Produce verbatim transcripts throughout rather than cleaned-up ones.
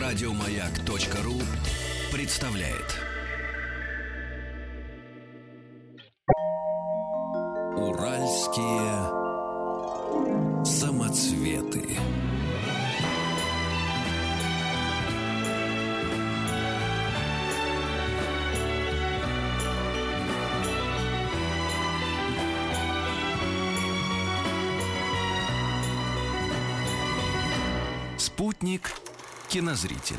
Радиомаяк.ру представляет. Уральские самоцветы. Спутник кинозрителя.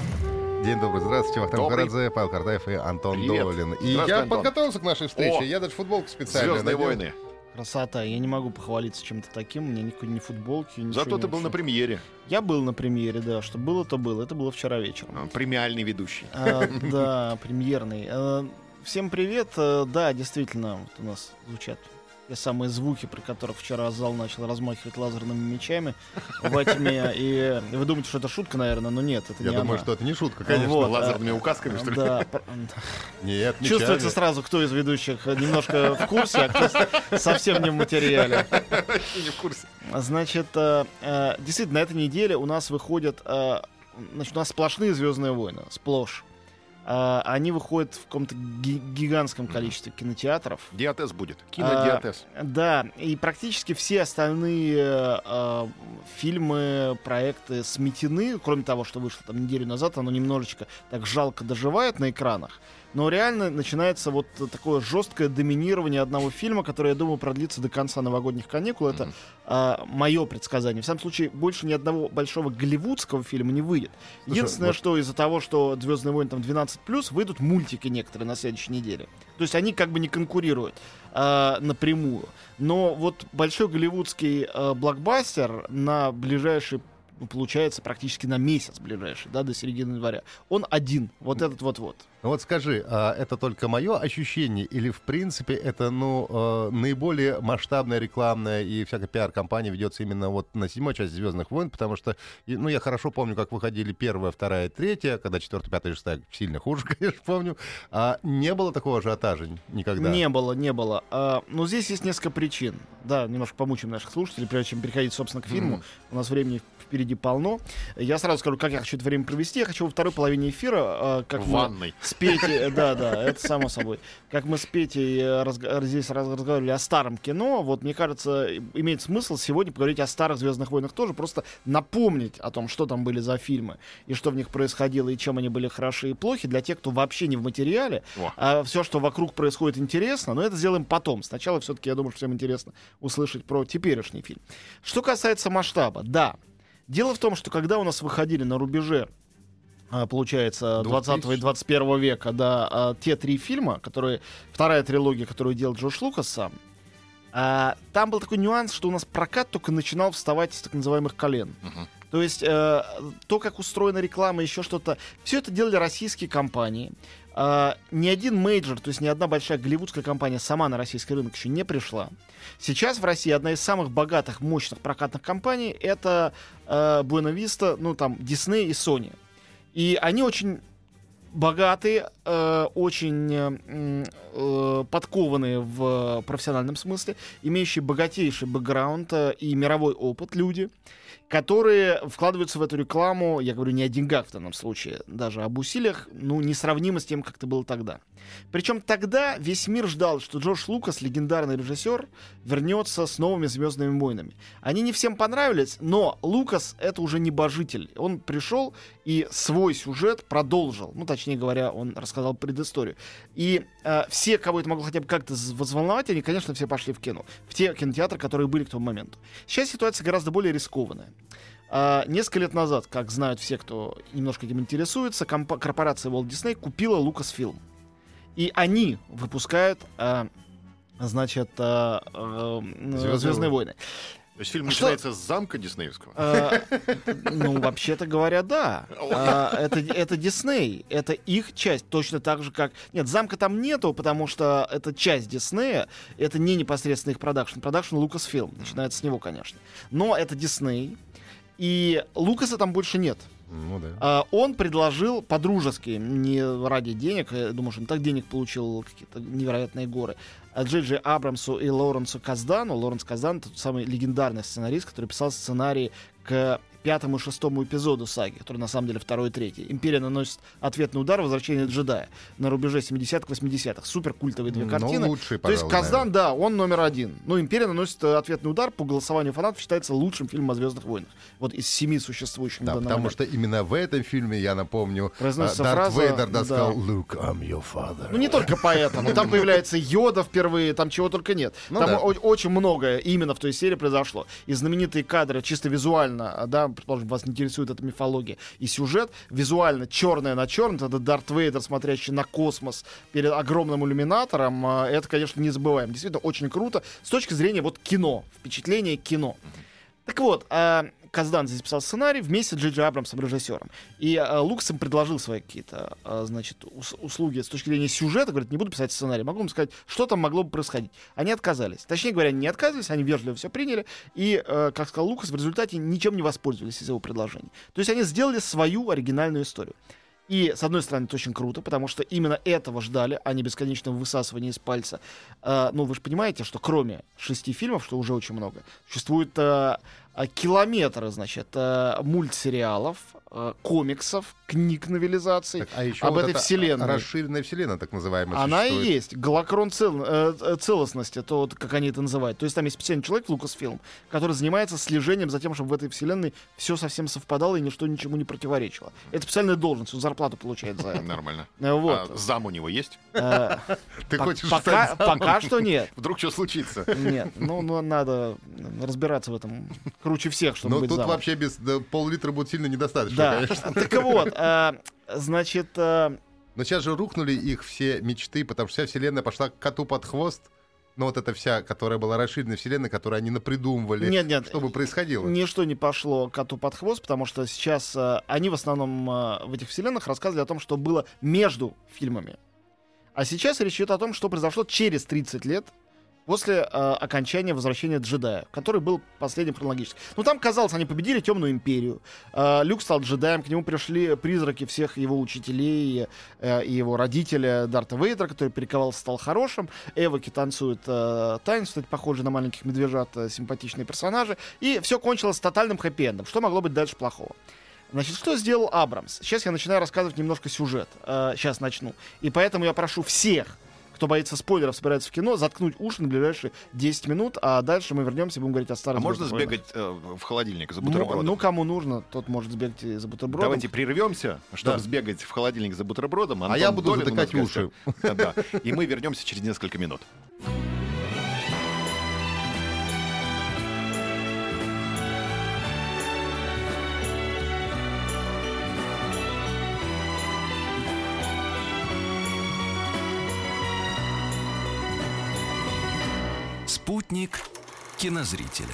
День добрый, здравствуйте, Вахтанг Махарадзе, Павел Картаев и Антон Привет. Долин. И я Антон. подготовился к нашей встрече, О, я даже футболку специально «Звездные надел. войны». Красота. Я не могу похвалиться чем-то таким. У меня никакой ни футболки, ничего Зато не ты был на ношу. премьере. Я был на премьере, да. Что было, то было. Это было вчера вечером. А, Премиальный ведущий. А, да, премьерный. А, Всем привет. А, Да, действительно, вот у нас звучат те самые звуки, при которых вчера зал начал размахивать лазерными мечами во тьме. И вы думаете, что это шутка, наверное, но нет, это Я не думаю, она. что это не шутка, конечно. Вот, Лазерными а, указками, что ли? Да, пр- Нет, не чувствуется чали. сразу, кто из ведущих немножко в курсе, а кто с- совсем не в материале. Не в курсе. Значит, э, э, действительно, на этой неделе у нас выходят, э, значит, у нас сплошные «Звездные войны», сплошь. Э, они выходят в каком-то ги- гигантском количестве кинотеатров. Диатез будет. Кинодиатез. А, да, и практически все остальные э, фильмы, проекты сметены, кроме того, что вышло там неделю назад, оно немножечко так жалко доживает на экранах. Но реально начинается вот такое жесткое доминирование одного фильма, которое, я думаю, продлится до конца новогодних каникул. Это э, мое предсказание. В самом случае, больше ни одного большого голливудского фильма не выйдет. Слушай, Единственное, вот- что из-за того, что «Звездные войны» там двенадцать плюс, выйдут мультики некоторые на следующей неделе. То есть они как бы не конкурируют э, напрямую. Но вот большой голливудский э, блокбастер на ближайший, ну, получается, практически на месяц ближайший, да, до середины января, он один. Вот этот вот-вот. Ну вот скажи, а это только мое ощущение или в принципе это, ну, э, наиболее масштабная рекламная и всякая пиар-компания ведется именно вот на седьмой части «Звездных войн», потому что, и, ну, я хорошо помню, как выходили первая, вторая, третья, когда четвертая, пятая, шестая сильно хуже, конечно, помню, а не было такого ажиотажа никогда? Не было, не было. А, но здесь есть несколько причин. Да, немножко помучим наших слушателей, прежде чем переходить, собственно, к фильму. Мгм. У нас времени впереди полно. Я сразу скажу, как я хочу это время провести. Я хочу во второй половине эфира, а, как В мы ванной. с Петей, да, да, это само собой. Как мы с Петей э, разга- здесь раз- разговаривали о старом кино, вот мне кажется, и- имеет смысл сегодня поговорить о старых «Звездных войнах» тоже, просто напомнить о том, что там были за фильмы, и что в них происходило, и чем они были хороши и плохи, для тех, кто вообще не в материале, О. а все, что вокруг происходит, интересно, но это сделаем потом. Сначала все-таки, я думаю, что всем интересно услышать про теперешний фильм. Что касается масштаба, да. Дело в том, что когда у нас выходили на рубеже, а, получается, двадцатого и двадцать первого века, да, а, те три фильма, которые, вторая трилогия, которую делал Джордж Лукас сам, а, там был такой нюанс, что у нас прокат только начинал вставать с так называемых колен. Мгм. То есть э, то, как устроена реклама, еще что-то, все это делали российские компании. А, ни один мейджор, то есть ни одна большая голливудская компания сама на российский рынок еще не пришла. Сейчас в России одна из самых богатых, мощных прокатных компаний — это э, Buena Vista, ну там Disney и Sony. И они очень богатые, э, очень э, э, подкованные в профессиональном смысле, имеющие богатейший бэкграунд э, и мировой опыт люди, которые вкладываются в эту рекламу, я говорю не о деньгах в данном случае, даже об усилиях, ну, несравнимо с тем, как это было тогда. Причем тогда весь мир ждал, что Джордж Лукас, легендарный режиссер, вернется с новыми «Звездными войнами». Они не всем понравились, но Лукас — это уже небожитель. Он пришел и свой сюжет продолжил. Ну, точнее говоря, он рассказал предысторию. И э, все, кого это могло хотя бы как-то взволновать, они, конечно, все пошли в кино. В те кинотеатры, которые были к тому моменту. Сейчас ситуация гораздо более рискованная. А, несколько лет назад, как знают все, кто немножко этим интересуется, компа- корпорация Walt Disney купила Lucasfilm. И они выпускают, а, значит, а, а, «Звездные «Звездные войны». То есть фильм Что? начинается с замка диснеевского. А, ну, вообще-то говоря, да. А, это, это Дисней. Это их часть. Точно так же, как... Нет, замка там нету, потому что это часть Диснея. Это не непосредственно их продакшн. Продакшн Lucasfilm. Начинается с него, конечно. Но это Дисней. И Лукаса там больше нет. Ну да. А, он предложил по-дружески, не ради денег, я думаю, что он так денег получил, какие-то невероятные горы, а Джей Джей Абрамсу и Лоуренсу Каздану. Лоуренс Каздан — тот самый легендарный сценарист, который писал сценарий к пятому и шестому эпизоду саги, который на самом деле второй и третий. Империя наносит ответный удар, возвращение джедая на рубеже семидесятых, восьмидесятых. Супер культовые две картины. Ну, лучший, То есть пожалуй, Каздан, наверное. да, он номер один. Но Империя наносит э, ответный удар, по голосованию фанатов считается лучшим фильмом о Звездных войнах. Вот из семи существующих. на Да, данный потому момент. что именно в этом фильме, я напомню, Произносится а, Дарт фраза, Вейдер да, да. сказал «Luke, I'm your father». Ну, не только поэтому. Там появляется Йода впервые, там чего только нет. Ну там да. о- очень многое именно в той серии произошло. И знаменитые кадры чисто визуально, да, предположим, вас интересует эта мифология и сюжет, визуально черное на черном, это Дарт Вейдер, смотрящий на космос перед огромным иллюминатором, а, это, конечно, не забываем. Действительно, очень круто с точки зрения вот кино, впечатления кино. Так вот, а, Каздан здесь писал сценарий вместе с Джей Джей Абрамсом, режиссером. И а, Лукас им предложил свои какие-то, а, значит, ус- услуги с точки зрения сюжета. Говорит, не буду писать сценарий, могу вам сказать, что там могло бы происходить. Они отказались. Точнее говоря, они не отказались, они вежливо все приняли. И, э, как сказал Лукас, в результате ничем не воспользовались из его предложений. То есть они сделали свою оригинальную историю. И, с одной стороны, это очень круто, потому что именно этого ждали, а не бесконечного высасывания из пальца. Э, ну, вы же понимаете, что кроме шести фильмов, что уже очень много, существует э, э, километры, значит, э, мультсериалов, э, комиксов, книг новелизаций Так, а еще об вот этой эта вселенной. расширенная вселенная, так называемая, Она и существует. есть. Голокрон цел, э, э, целостности, то, вот, как они это называют. То есть там есть специальный человек в Lucasfilm, который занимается слежением за тем, чтобы в этой вселенной все совсем совпадало и ничто ничему не противоречило. Это специальная должность, он зарплату получает за это. Нормально. Э, Вот. А зам у него есть? Э, Ты по- хочешь пока, стать замом? пока что нет. Вдруг что случится? Нет. Ну, ну, надо разбираться в этом круче всех, чтобы Ну, быть тут замом. вообще без да, пол-литра будет сильно недостаточно, Да. конечно. Так вот, э, значит, э, Но сейчас же рухнули их все мечты, потому что вся вселенная пошла к коту под хвост. Ну, вот эта вся, которая была расширенная вселенная, которую они напридумывали, нет, нет, чтобы происходило. ничто не пошло коту под хвост, потому что сейчас э, они в основном э, в этих вселенных рассказывали о том, что было между фильмами. А сейчас речь идет о том, что произошло через тридцать лет после э, окончания возвращения джедая, который был последним хронологически. Ну, там, казалось, они победили Темную империю. Э, Люк стал джедаем, к нему пришли призраки всех его учителей э, и его родителя Дарта Вейдера, который перековался, стал хорошим. Эвоки танцуют э, танец, кстати, похожие на маленьких медвежат, э, симпатичные персонажи. И все кончилось тотальным хэппи-эндом. Что могло быть дальше плохого? Значит, что сделал Абрамс? Сейчас я начинаю рассказывать немножко сюжет. Э, сейчас начну. И поэтому я прошу всех, кто боится спойлеров, собирается в кино, заткнуть уши на ближайшие десять минут, а дальше мы вернемся и будем говорить о А старых можно «Звездных войнах». сбегать э, в холодильник за Ну, бутербродом? ну, кому нужно, тот может сбегать и за бутербродом. Давайте прервемся, чтобы Да. сбегать в холодильник за бутербродом. А Антон я буду Долин у нас затыкать в гостях. уши. Да. И мы вернемся через несколько минут. Спутник кинозрителя.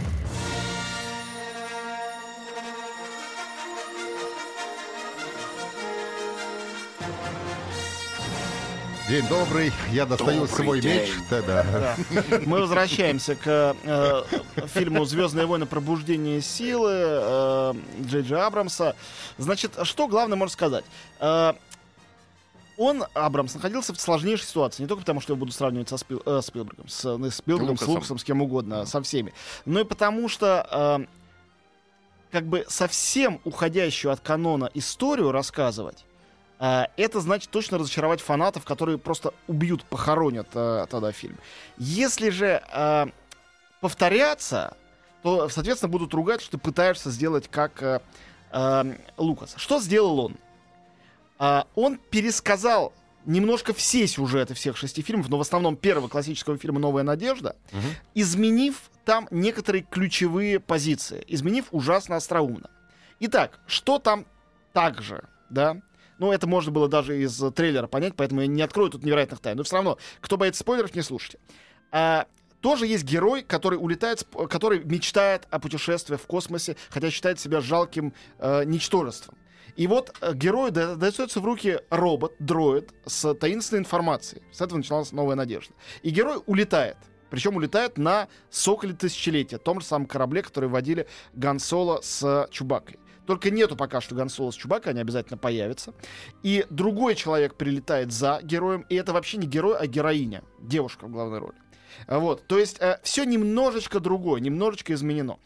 День добрый, я достаю Добрый свой день. меч. Да-да. Да. Мы возвращаемся к э, фильму «Звездные войны. Пробуждение силы» э, Джей Джей Абрамса. Значит, что главное можно сказать? Э, он, Абрамс, находился в сложнейшей ситуации. Не только потому, что я буду сравнивать со Спил, э, Спилбергом, с, э, Спилбергом, с Лукасом. Лукасом, с кем угодно, со всеми. Но и потому, что э, как бы совсем уходящую от канона историю рассказывать, э, это значит точно разочаровать фанатов, которые просто убьют, похоронят э, тогда фильм. Если же э, повторяться, то, соответственно, будут ругать, что ты пытаешься сделать как э, э, Лукас. Что сделал он? Э, он пересказал немножко все сюжеты всех шести фильмов, но в основном первого классического фильма «Новая надежда», Мгм. изменив там некоторые ключевые позиции, изменив ужасно остроумно. Итак, что там так же, да? Ну, это можно было даже из трейлера понять, поэтому я не открою тут невероятных тайн. Но все равно, кто боится спойлеров, не слушайте. А, тоже есть герой, который улетает, с- который мечтает о путешествии в космосе, хотя считает себя жалким э, ничтожеством. И вот э, герою да- дается в руки робот, дроид с таинственной информацией. С этого началась «Новая надежда». И герой улетает. Причем улетает на Соколе Тысячелетия, том же самом корабле, который водили Ган Соло с Чубакой. Только нету пока что Ган Соло с Чубакой, они обязательно появятся. И другой человек прилетает за героем, и это вообще не герой, а героиня, девушка в главной роли. Вот, то есть э, все немножечко другое, немножечко изменено.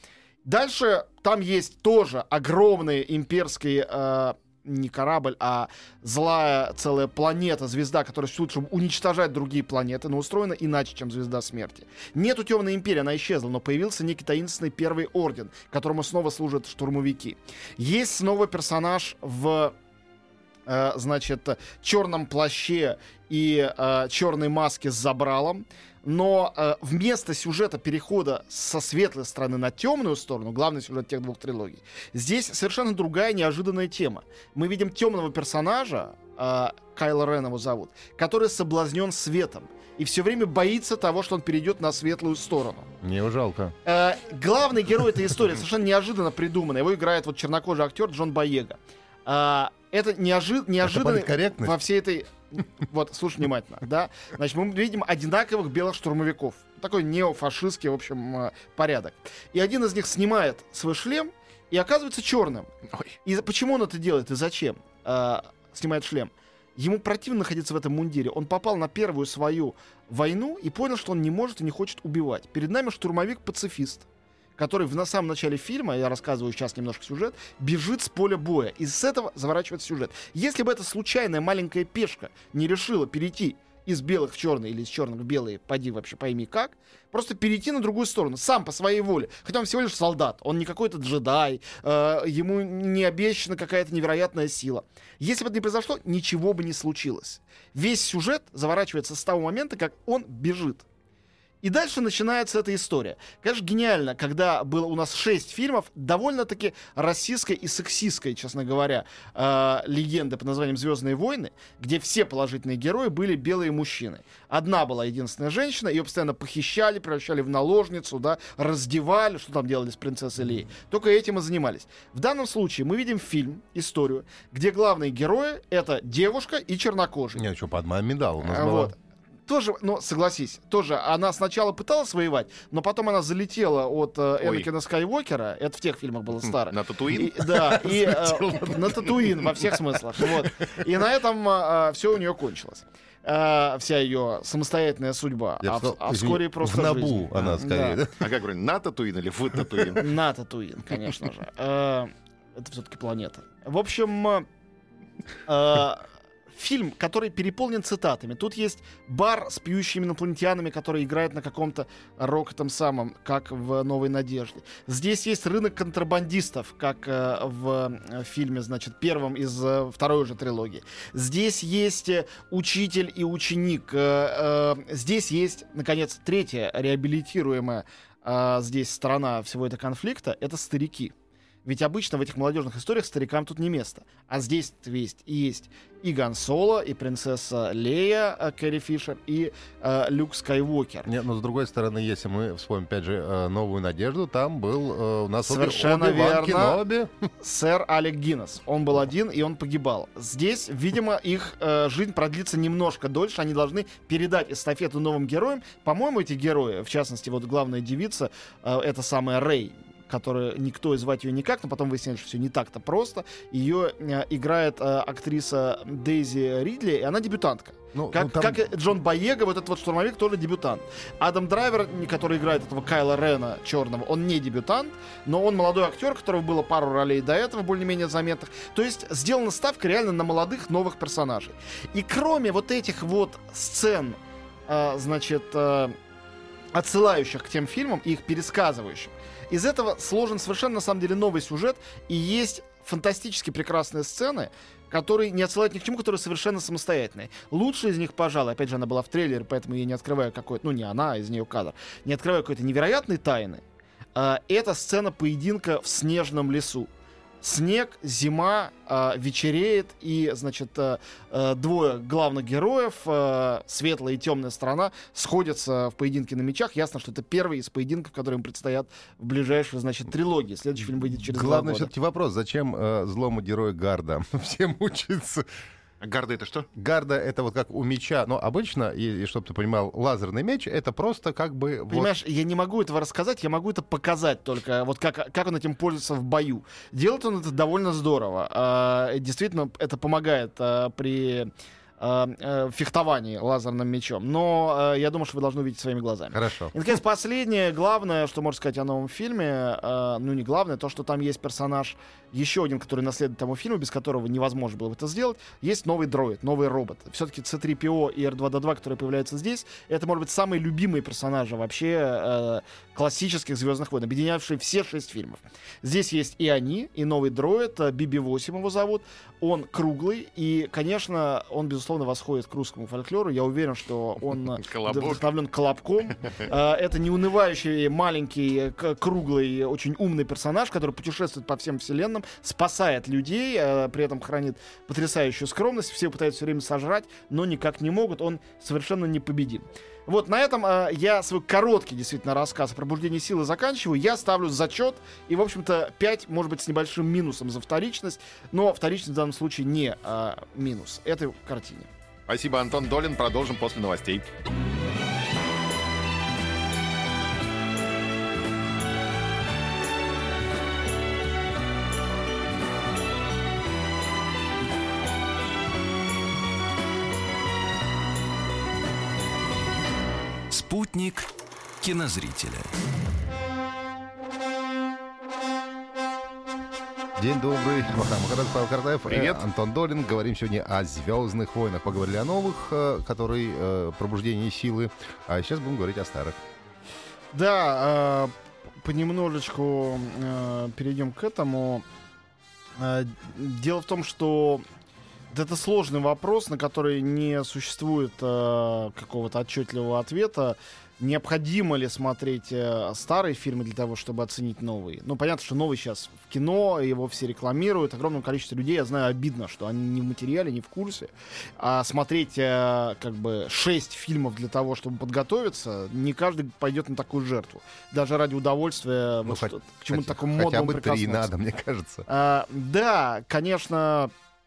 Дальше там есть тоже огромный имперский... Э, не корабль, а злая целая планета, звезда, которая существует, чтобы уничтожать другие планеты, но устроена иначе, чем звезда смерти. Нету Темной империи, она исчезла, но появился некий таинственный Первый Орден, которому снова служат штурмовики. Есть снова персонаж в, э, значит, черном плаще и э, черной маске с забралом. Но э, вместо сюжета перехода со светлой стороны на темную сторону, главный сюжет тех двух трилогий, здесь совершенно другая неожиданная тема. Мы видим темного персонажа, э, Кайло Рен его зовут, который соблазнен светом и все время боится того, что он перейдет на светлую сторону. Мне его жалко. Э, главный герой этой истории совершенно неожиданно придуманный. Его играет вот чернокожий актер Джон Боега. Э, это неожи- неожиданно во всей этой... Вот, слушай внимательно, да. Значит, мы видим одинаковых белых штурмовиков. Такой неофашистский, в общем, порядок. И один из них снимает свой шлем и оказывается черным. Ой. И почему он это делает и зачем э, снимает шлем? Ему противно находиться в этом мундире. Он попал на первую свою войну и понял, что он не может и не хочет убивать. Перед нами штурмовик-пацифист, который в на самом начале фильма, я рассказываю сейчас немножко сюжет, бежит с поля боя. И с этого заворачивается сюжет. Если бы эта случайная маленькая пешка не решила перейти из белых в черные или из черных в белые, поди вообще пойми как, просто перейти на другую сторону, сам по своей воле. Хотя он всего лишь солдат, он не какой-то джедай, э, ему не обещана какая-то невероятная сила. Если бы это не произошло, ничего бы не случилось. Весь сюжет заворачивается с того момента, как он бежит. И дальше начинается эта история. Конечно, гениально, когда было у нас шесть фильмов, довольно-таки расистской и сексистской, честно говоря, э, легенды под названием «Звездные войны», где все положительные герои были белые мужчины. Одна была единственная женщина, ее постоянно похищали, превращали в наложницу, да, раздевали, что там делали с принцессой Леей. Только этим и занимались. В данном случае мы видим фильм, историю, где главные герои — это девушка и чернокожий. Нет, что, Падма Амидал у нас А, была. вот. Тоже, ну, согласись, тоже она сначала пыталась воевать, но потом она залетела от э, Энакина Скайуокера, это в тех фильмах было старое. На Татуин? И, да, и э, на Татуин во всех смыслах. Вот. И на этом э, все у нее кончилось. Э, вся ее самостоятельная судьба. Я А, сказал, а извини, вскоре просто в Набу жизнь. она скорее, да? А как говорю, на Татуин или в Татуин? На Татуин, конечно же. Э, это все-таки планета. В общем... э, фильм, который переполнен цитатами. Тут есть бар с пьющими инопланетянами, который играет на каком-то рок этом самом, как в «Новой надежде». Здесь есть рынок контрабандистов, как э, в э, фильме, значит, первом из э, второй уже трилогии. Здесь есть э, учитель и ученик. Э, э, здесь есть, наконец, третья реабилитируемая э, здесь сторона всего этого конфликта — это старики. Ведь обычно в этих молодежных историях старикам тут не место. А здесь есть и есть и Ган Соло, и принцесса Лея, э, Кэрри Фишер, и э, Люк Скайуокер. Нет, но с другой стороны, если мы вспомним, опять же, э, «Новую надежду», там был э, у нас Совершенно Оби-Ван верно. Кеноби. Сэр Алек Гиннес. Он был один, и он погибал. Здесь, видимо, их э, жизнь продлится немножко дольше. Они должны передать эстафету новым героям. По-моему, эти герои, в частности, вот главная девица, э, это самая Рэй, которую никто и звать ее никак, но потом выясняется, что все не так-то просто. Ее э, играет э, актриса Дейзи Ридли, и она дебютантка. Ну, Как, ну, там- как и Джон Боега, вот этот вот штурмовик, тоже дебютант. Адам Драйвер, который играет этого Кайла Рена черного, он не дебютант, но он молодой актер, у которого было пару ролей до этого, более-менее заметных. То есть сделана ставка реально на молодых новых персонажей. И кроме вот этих вот сцен, э, значит, э, отсылающих к тем фильмам и их пересказывающих, из этого сложен совершенно, на самом деле, новый сюжет, и есть фантастически прекрасные сцены, которые не отсылают ни к чему, которые совершенно самостоятельные. Лучшая из них, пожалуй, опять же, она была в трейлере, поэтому я не открываю какой-то, ну, не она, а из нее кадр, не открываю какой-то невероятной тайны. А, это сцена поединка в снежном лесу. Снег, зима, э, вечереет, и, значит, э, э, двое главных героев, э, светлая и темная сторона, сходятся в поединке на мечах. Ясно, что это первый из поединков, которые им предстоят в ближайшей, значит, трилогии. Следующий фильм выйдет через Главный два года. все-таки вопрос, зачем э, злому герою Гарда всем мучиться? А Гарда это что? Гарда — это вот как у меча, но обычно, и, и чтобы ты понимал, лазерный меч — это просто как бы... вот- Понимаешь, я не могу этого рассказать, я могу это показать только, вот как, как он этим пользуется в бою. Делает он это довольно здорово. А, действительно, это помогает а, при э, э, фехтовании лазерным мечом. Но э, я думаю, что вы должны увидеть своими глазами. Хорошо. И, наконец, последнее, главное, что можно сказать о новом фильме, э, ну, не главное, то, что там есть персонаж, еще один, который наследует тому фильму, без которого невозможно было бы это сделать. Есть новый дроид, новый робот. Все-таки си три пи о и эр два дэ два, которые появляются здесь, это, может быть, самые любимые персонажи вообще э, классических «Звездных войн», объединявшие все шесть фильмов. Здесь есть и они, и новый дроид, би би восемь его зовут. Он круглый, и, конечно, он, безусловно, восходит к русскому фольклору. Я уверен, что он вдохновлен Колобком. Это неунывающий, маленький, круглый, очень умный персонаж, который путешествует по всем вселенным, спасает людей, при этом хранит потрясающую скромность. Все пытаются все время сожрать, но никак не могут. Он совершенно непобедим. Вот на этом э, я свой короткий действительно рассказ о пробуждении силы заканчиваю. Я ставлю зачет и, в общем-то, пять, может быть, с небольшим минусом за вторичность. Но вторичность в данном случае не э, минус этой картине. Спасибо, Антон Долин. Продолжим после новостей. Спутник кинозрителя. День добрый. Вахтанг Махарадзе, Павел Картаев. Привет. Э, Антон Долин. Говорим сегодня о «Звездных войнах». Поговорили о новых, э, которые э, «Пробуждение силы». А сейчас будем говорить о старых. Да, э, понемножечку э, перейдем к этому. Э, дело в том, что это сложный вопрос, на который не существует э, какого-то отчетливого ответа. Необходимо ли смотреть э, старые фильмы для того, чтобы оценить новые? Ну, понятно, что новый сейчас в кино, его все рекламируют. Огромное количество людей, я знаю, обидно, что они не в материале, не в курсе. А смотреть э, как бы шесть фильмов для того, чтобы подготовиться, не каждый пойдет на такую жертву. Даже ради удовольствия, Ну, вот, хоть- что- к чему-то хотя- такому Хотя модному бы три прикоснуться. надо, мне кажется. А, да, конечно,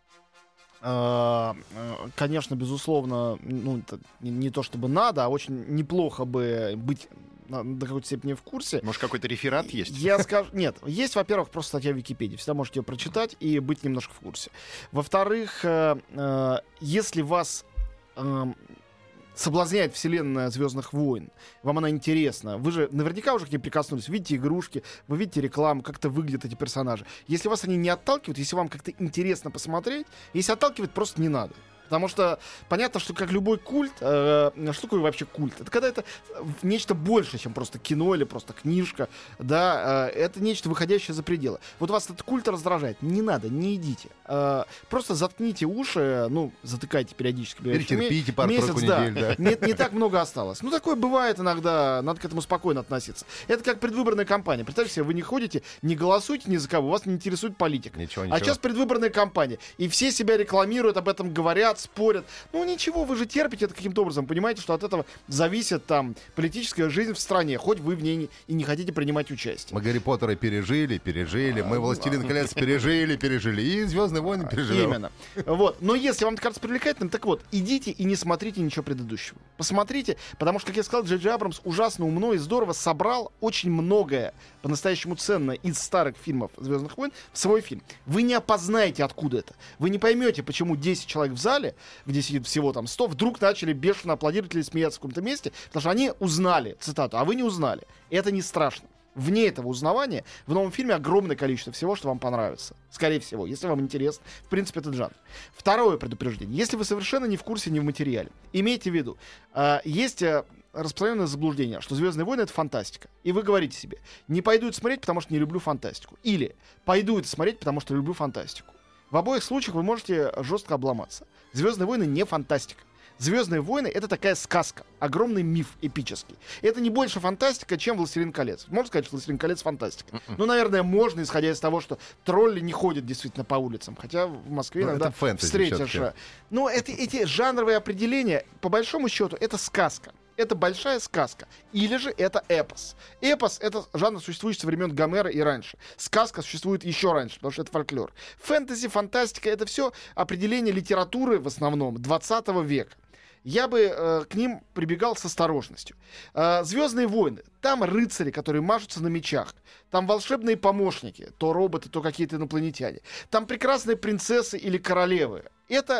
а, конечно, безусловно, ну, это не, не то чтобы надо, а очень неплохо бы быть на- до какой-то степени в курсе. Может, какой-то реферат есть? Я скажу, нет, есть, во-первых, просто статья в Википедии, всегда можете ее прочитать и быть немножко в курсе. Во-вторых, э, э, если вас э, соблазняет вселенная «Звездных войн», вам она интересна, вы же наверняка уже к ней прикоснулись, видите игрушки, вы видите рекламу, как то выглядят эти персонажи. Если вас они не отталкивают, если вам как-то интересно посмотреть, если отталкивает, просто не надо. Потому что понятно, что как любой культ, э, что такое вообще культ? Это когда это нечто большее, чем просто кино или просто книжка, да, э, это нечто выходящее за пределы. Вот вас этот культ раздражает, не надо, не идите. Э, просто заткните уши, ну, затыкайте периодически. Перетерпите Ме- пару-тройку месяц, да. недель, да. Не, не так много осталось. Ну, такое бывает иногда, надо к этому спокойно относиться. Это как предвыборная кампания. Представьте себе, вы не ходите, не голосуете ни за кого, вас не интересует политика. Ничего, А ничего. сейчас предвыборная кампания, и все себя рекламируют, об этом говорят, спорят. Ну ничего, вы же терпите это каким-то образом. Понимаете, что от этого зависит там политическая жизнь в стране, хоть вы в ней не- и не хотите принимать участие. Мы Гарри Поттера пережили, пережили. Мы «Властелин колец» пережили, пережили. И «Звездные войны» переживем. Именно. Вот. Но если вам это кажется привлекательным, так вот, идите и не смотрите ничего предыдущего. Посмотрите, потому что, как я сказал, Джей Джей Абрамс ужасно умно и здорово собрал очень многое по-настоящему ценное из старых фильмов «Звездных войн» в свой фильм. Вы не опознаете, откуда это. Вы не поймете, почему десять человек в зале, где сидит всего там сто, вдруг начали бешено аплодировать или смеяться в каком-то месте, потому что они узнали цитату, а вы не узнали. И это не страшно. Вне этого узнавания в новом фильме огромное количество всего, что вам понравится. Скорее всего, если вам интересно, в принципе, этот жанр. Второе предупреждение. Если вы совершенно не в курсе, не в материале, имейте в виду, э, есть э, распространенное заблуждение, что «Звездные войны» — это фантастика. И вы говорите себе, не пойду это смотреть, потому что не люблю фантастику. Или пойду это смотреть, потому что люблю фантастику. В обоих случаях вы можете жестко обломаться. «Звездные войны» не фантастика. «Звездные войны» — это такая сказка, огромный миф эпический. Это не больше фантастика, чем «Властелин колец». Можно сказать, что «Властелин колец» — фантастика? Ну, наверное, можно, исходя из того, что тролли не ходят действительно по улицам. Хотя в Москве Ну, иногда это фэнтези встретишь. всё-таки. Ну, это, эти жанровые определения, по большому счету, это сказка. Это большая сказка. Или же это эпос. Эпос — это жанр, существующий со времен Гомера и раньше. Сказка существует еще раньше, потому что это фольклор. Фэнтези, фантастика — это все определение литературы, в основном, двадцатого века. Я бы э, к ним прибегал с осторожностью. Э, «Звездные войны». Там рыцари, которые мажутся на мечах. Там волшебные помощники. То роботы, то какие-то инопланетяне. Там прекрасные принцессы или королевы. Это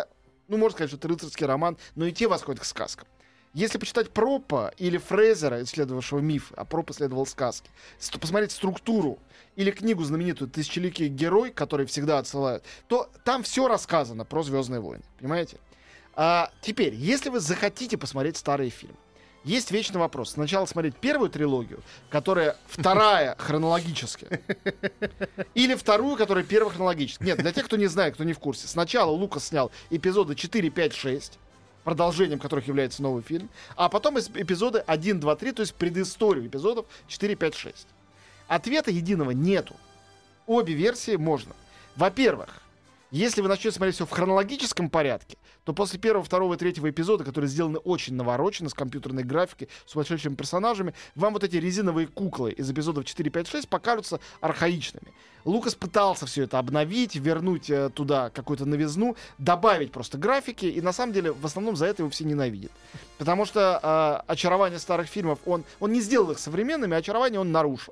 Ну, можно сказать, что это рыцарский роман, но и те восходят к сказкам. Если почитать Пропа или Фрейзера, исследовавшего миф, а Проп исследовал сказки, то посмотреть структуру или книгу знаменитую «Тысячеликий герой», который всегда отсылают, то там все рассказано про «Звездные войны». Понимаете? А теперь, если вы захотите посмотреть старые фильмы, есть вечный вопрос. Сначала смотреть первую трилогию, которая вторая хронологически, или вторую, которая первая хронологически. Нет, для тех, кто не знает, кто не в курсе. Сначала Лукас снял эпизоды четыре, пять, шесть, продолжением которых является новый фильм, а потом эпизоды один, два, три, то есть предысторию эпизодов четыре, пять, шесть. Ответа единого нету. Обе версии можно. Во-первых, если вы начнете смотреть все в хронологическом порядке, то после первого, второго и третьего эпизода, которые сделаны очень навороченно, с компьютерной графикой, с сумасшедшими персонажами, вам вот эти резиновые куклы из эпизодов четыре, пять, шесть покажутся архаичными. Лукас пытался все это обновить, вернуть э, туда какую-то новизну, добавить просто графики, и на самом деле в основном за это его все ненавидят. Потому что э, очарование старых фильмов, он, он не сделал их современными, а очарование он нарушил.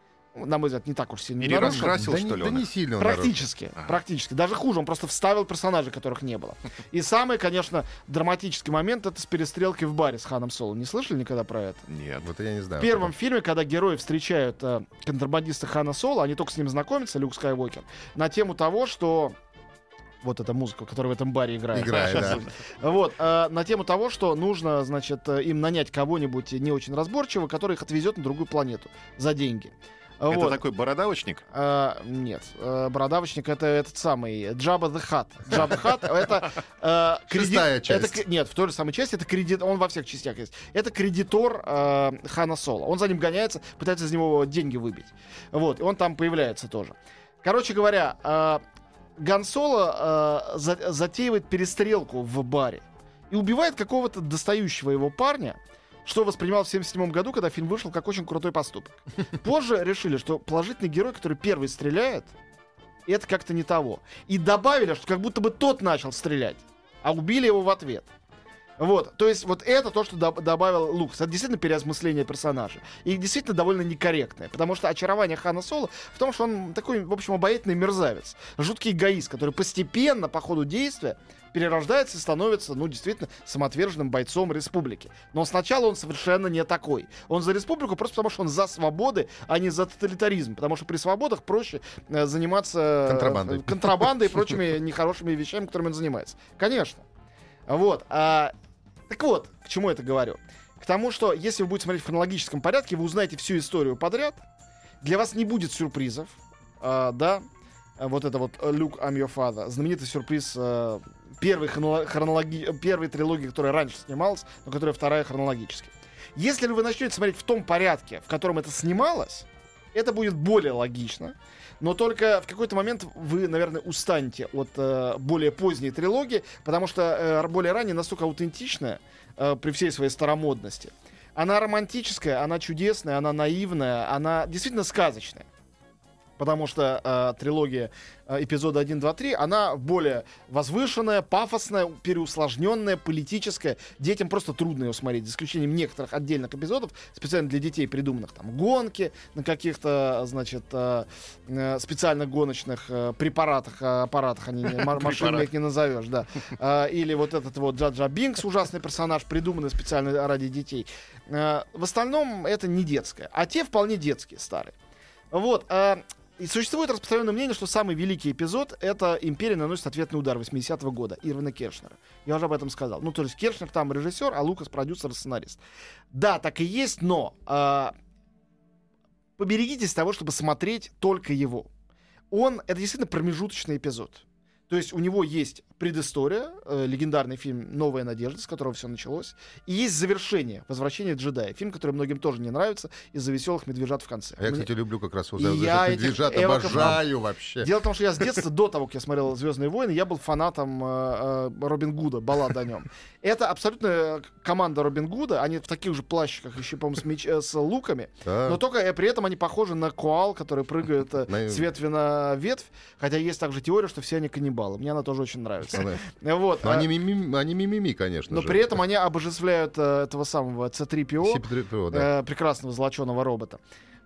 На мой взгляд, не так уж сильно Или нарушил. раскрасил, Да что не, ли, да он не их? сильно он Практически, Ага. практически. Даже хуже, он просто вставил персонажей, которых не было. И самый, конечно, драматический момент — это с перестрелкой в баре с Ханом Соло. Не слышали никогда про это? Нет. Вот я не знаю. В первом фильме, когда герои встречают э, контрабандиста Хана Соло, они только с ним знакомятся, Люк Скайуокер, на тему того, что... Вот эта музыка, которая в этом баре играет. Играет, да. Вот, э, на тему того, что нужно, значит, э, им нанять кого-нибудь не очень разборчивого, который их отвезет на другую планету за деньги. Это Вот. такой бородавочник? А, нет, э, бородавочник — это этот самый Джабба the Hutt. Джабба Хат — это э, кредит. Шестая часть. Это, к- нет, в той же самой части это кредит. Он во всех частях есть. Это кредитор э, Хана Соло. Он за ним гоняется, пытается из него деньги выбить. Вот, и он там появляется тоже. Короче говоря, э, Ган Соло э, за- затеивает перестрелку в баре и убивает какого-то достающего его парня, что воспринимал в семьдесят седьмом году, когда фильм вышел, как очень крутой поступок. Позже решили, что положительный герой, который первый стреляет, это как-то не того. И добавили, что как будто бы тот начал стрелять, а убили его в ответ. Вот, то есть вот это то, что доб- добавил Лукас. Это действительно переосмысление персонажа. И действительно довольно некорректное. Потому что очарование Хана Соло в том, что он такой, в общем, обаятельный мерзавец. Жуткий эгоист, который постепенно по ходу действия перерождается и становится, ну, действительно, самоотверженным бойцом республики. Но сначала он совершенно не такой. Он за республику просто потому, что он за свободы, а не за тоталитаризм. Потому что при свободах проще э, заниматься... э, Контрабандой. контрабандой и прочими нехорошими вещами, которыми он занимается. Конечно. Вот. А, так вот, к чему я это говорю? К тому, что если вы будете смотреть в хронологическом порядке, вы узнаете всю историю подряд. Для вас не будет сюрпризов. А, да. А вот это вот Luke, I'm your father. Знаменитый сюрприз а, первой, хронолог- хронологи- первой трилогии, которая раньше снималась, но которая вторая хронологически. Если вы начнете смотреть в том порядке, в котором это снималось, это будет более логично. Но только в какой-то момент вы, наверное, устанете от э, более поздней трилогии, потому что э, более ранее настолько аутентичная э, при всей своей старомодности. Она романтическая, она чудесная, она наивная, она действительно сказочная. Потому что э, трилогия э, эпизода один, два, три, она более возвышенная, пафосная, переусложненная, политическая. Детям просто трудно ее смотреть, за исключением некоторых отдельных эпизодов, специально для детей придуманных. Там гонки на каких-то, значит, э, э, специальных гоночных э, препаратах, э, аппаратах, они не- ма- машинами их не назовешь, да. Э, или вот этот вот Джа-Джа Бинкс, ужасный персонаж, придуманный специально ради детей. Э, в остальном это не детское. А те вполне детские, старые. Вот. э, И существует распространенное мнение, что самый великий эпизод — это «Империя наносит ответный удар» восьмидесятого года Ирвина Кершнера. Я уже об этом сказал. Ну, то есть Кершнер там режиссер, а Лукас продюсер и сценарист. Да, так и есть, но э, поберегитесь того, чтобы смотреть только его. Он — это действительно промежуточный эпизод. То есть у него есть предыстория, э, легендарный фильм «Новая надежда», с которого все началось, и есть завершение «Возвращение джедая», фильм, который многим тоже не нравится из-за веселых медвежат в конце. А я, Мне- кстати, люблю как раз вот И за- за я этот этих медвежат, эвоков- обожаю вообще. Дело в том, что я с детства, до того, как я смотрел «Звездные войны», я был фанатом э, э, Робин Гуда, баллад о нем. Это абсолютно команда Робин Гуда, они в таких же плащиках, еще, по-моему, с, меч- э, с луками, Да. но только э, при этом они похожи на коал, которые прыгают э, На- с ветви на ветвь, хотя есть также теория, что все они каннибалы. Мне она тоже очень нравится. Да. Вот. Но а- они мими, они мимими, конечно но же. при этом они обожествляют э, этого самого си три пи о, си три пи о, да. э, прекрасного золоченого робота.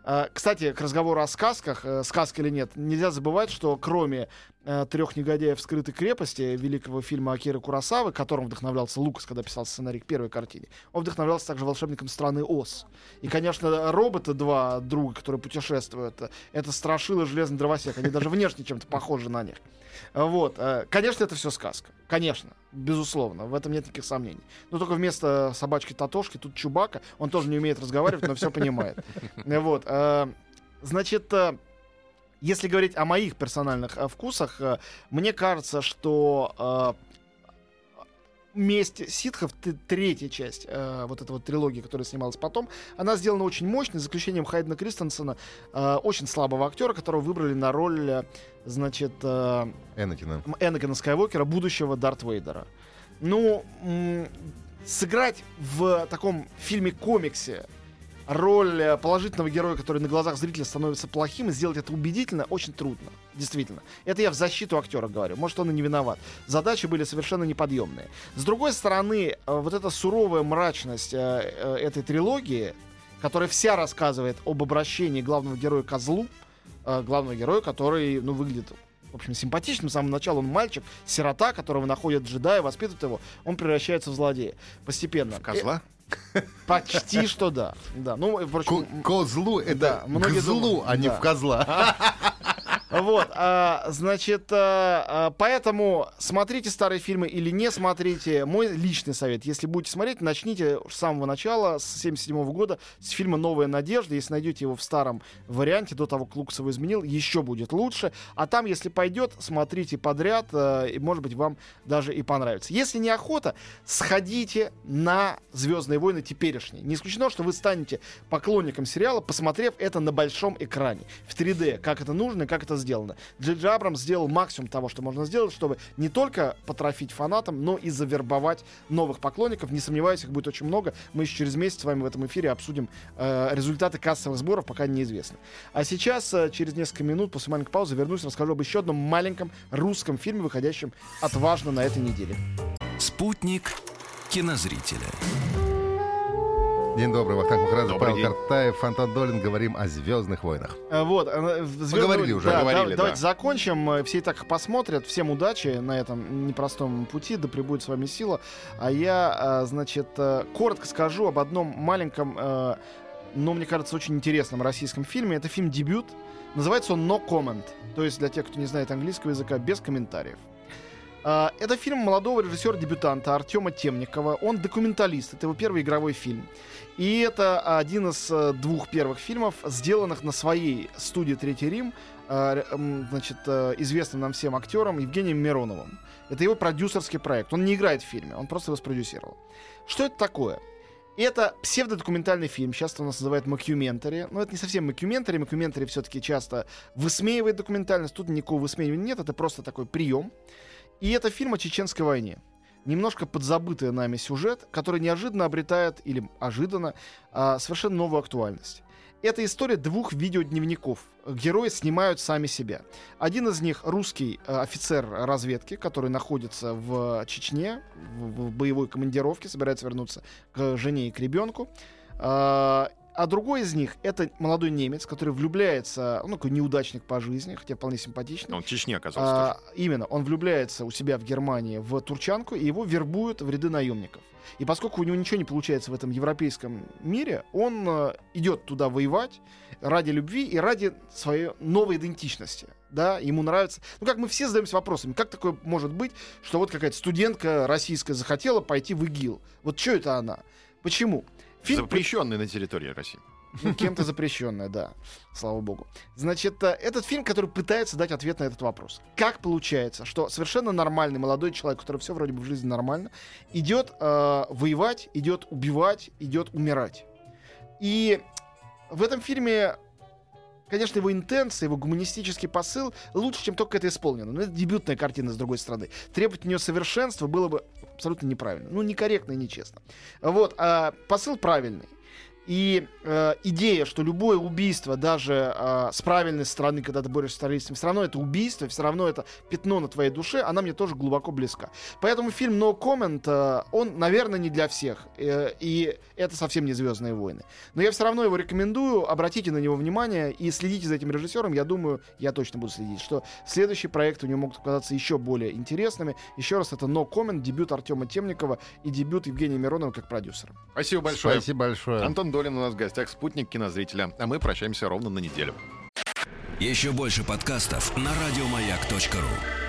А, кстати, к разговору о сказках, э, сказка или нет, нельзя забывать, что кроме э, «Трех негодяев в скрытой крепости», великого фильма Акиры Куросавы, которым вдохновлялся Лукас, когда писал сценарий к первой картине, он вдохновлялся также «Волшебником страны Оз». И, конечно, роботы два друга, которые путешествуют, это Страшила и Железный Дровосек. Они даже внешне чем-то похожи на них. Вот. э, Конечно, это все сказка. Конечно, безусловно, в этом нет никаких сомнений. Но только вместо собачки Татошки тут Чубака. Он тоже не умеет разговаривать, но все понимает. Вот. э, Значит, э, если говорить о моих персональных э, вкусах, э, мне кажется, что э, «Месть ситхов», т- третья часть э, вот этой вот трилогии, которая снималась потом, она сделана очень мощно, за исключением Хайдена Кристенсена, э, очень слабого актера, которого выбрали на роль, э, значит, э, Энакина. Энакина Скайуокера, будущего Дарт Вейдера. Ну, м- сыграть в таком фильме-комиксе роль э, положительного героя, который на глазах зрителя становится плохим, и сделать это убедительно очень трудно. Действительно. Это я в защиту актера говорю. Может, он и не виноват. Задачи были совершенно неподъемные. С другой стороны, э, вот эта суровая мрачность э, э, этой трилогии, которая вся рассказывает об обращении главного героя к козлу, э, главного героя, который, ну, выглядит, в общем, симпатичным. С самого начала он мальчик, сирота, которого находят джедаи, воспитывают его, он превращается в злодея. Постепенно. В козла? Э, почти что да. Да. Ну, впрочем, К козлу это да, к многие злу, думают, а не да. в козла. Вот, а, значит, а, а, поэтому смотрите старые фильмы или не смотрите. Мой личный совет: если будете смотреть, начните с самого начала, с семьдесят седьмого года, с фильма «Новая надежда». Если найдете его в старом варианте, до того, как Лукас его изменил, еще будет лучше. А там, если пойдет, смотрите подряд, а, и, может быть, вам даже и понравится. Если не охота, сходите на «Звездные войны» теперешние. Не исключено, что вы станете поклонником сериала, посмотрев это на большом экране, в три дэ, как это нужно и как это сделано. Джей Джей Абрамс сделал максимум того, что можно сделать, чтобы не только потрофить фанатам, но и завербовать новых поклонников. Не сомневаюсь, их будет очень много. Мы еще через месяц с вами в этом эфире обсудим э, результаты кассовых сборов, пока неизвестны. А сейчас, э, через несколько минут, после маленькой паузы, вернусь, расскажу об еще одном маленьком русском фильме, выходящем отважно на этой неделе. Спутник кинозрителя. День добрый, Вахтанг Махарадзе, Добрый Павел день. Картаев, Антон Долин. Говорим о «Звездных войнах». Э, Вот, э, «Звездные Поговорили войны», уже. да, Поговорили, да, Давайте да. закончим. Э, Все и так посмотрят. Всем удачи на этом непростом пути. Да пребудет с вами сила. А я, э, значит, э, коротко скажу об одном маленьком, э, но, мне кажется, очень интересном российском фильме. Это фильм-дебют. Называется он «No Comment». То есть, для тех, кто не знает английского языка, без комментариев. Uh, это фильм молодого режиссера-дебютанта Артема Темникова. Он документалист. Это его первый игровой фильм. И это один из uh, двух первых фильмов, сделанных на своей студии «Третий Рим», uh, um, значит, uh, известным нам всем актером Евгением Мироновым. Это его продюсерский проект. Он не играет в фильме, он просто его спродюсировал. Что это такое? Это псевдодокументальный фильм. Сейчас это у нас называют мокюментари. Но это не совсем мокюментари. Мокюментари все-таки часто высмеивает документальность. Тут никакого высмеивания нет. Это просто такой прием. И это фильм о Чеченской войне. Немножко подзабытый нами сюжет, который неожиданно обретает, или ожиданно, а, совершенно новую актуальность. Это история двух видеодневников. Герои снимают сами себя. Один из них русский а, офицер разведки, который находится в Чечне, в, в боевой командировке, собирается вернуться к жене и к ребенку. А, А другой из них — это молодой немец, который влюбляется, ну, такой неудачник по жизни, хотя вполне симпатичный. Он в Чечне оказался А, тоже. именно, он влюбляется у себя в Германии в турчанку, и его вербуют в ряды наемников. И поскольку у него ничего не получается в этом европейском мире, он э, идет туда воевать ради любви и ради своей новой идентичности. Да, ему нравится. Ну, как мы все задаемся вопросами, как такое может быть, что вот какая-то студентка российская захотела пойти в ИГИЛ. Вот что это она? Почему? Фильм Запрещенный на территории России. Ну, кем-то запрещенная, да. Слава богу. Значит, э, этот фильм, который пытается дать ответ на этот вопрос. Как получается, что совершенно нормальный молодой человек, у которого все вроде бы в жизни нормально, идет э, воевать, идет убивать, идет умирать. И в этом фильме, конечно, его интенция, его гуманистический посыл лучше, чем только это исполнено. Но это дебютная картина, с другой стороны. Требовать от нее совершенства было бы абсолютно неправильно. Ну, некорректно и нечестно. Вот. А посыл правильный. И э, идея, что любое убийство, даже э, с правильной стороны, когда ты борешься с террористами, все равно это убийство, все равно это пятно на твоей душе, она мне тоже глубоко близка. Поэтому фильм No Comment, э, он, наверное, не для всех. Э, и это совсем не «Звездные войны». Но я все равно его рекомендую, обратите на него внимание и следите за этим режиссером. Я думаю, я точно буду следить, что следующие проекты у него могут оказаться еще более интересными. Еще раз, это No Comment, дебют Артема Темникова и дебют Евгения Миронова как продюсера. Спасибо большое. Спасибо большое. Антон Долин у нас в гостях, спутник кинозрителя. А мы прощаемся ровно на неделю. Еще больше подкастов на радиомаяк точка ру.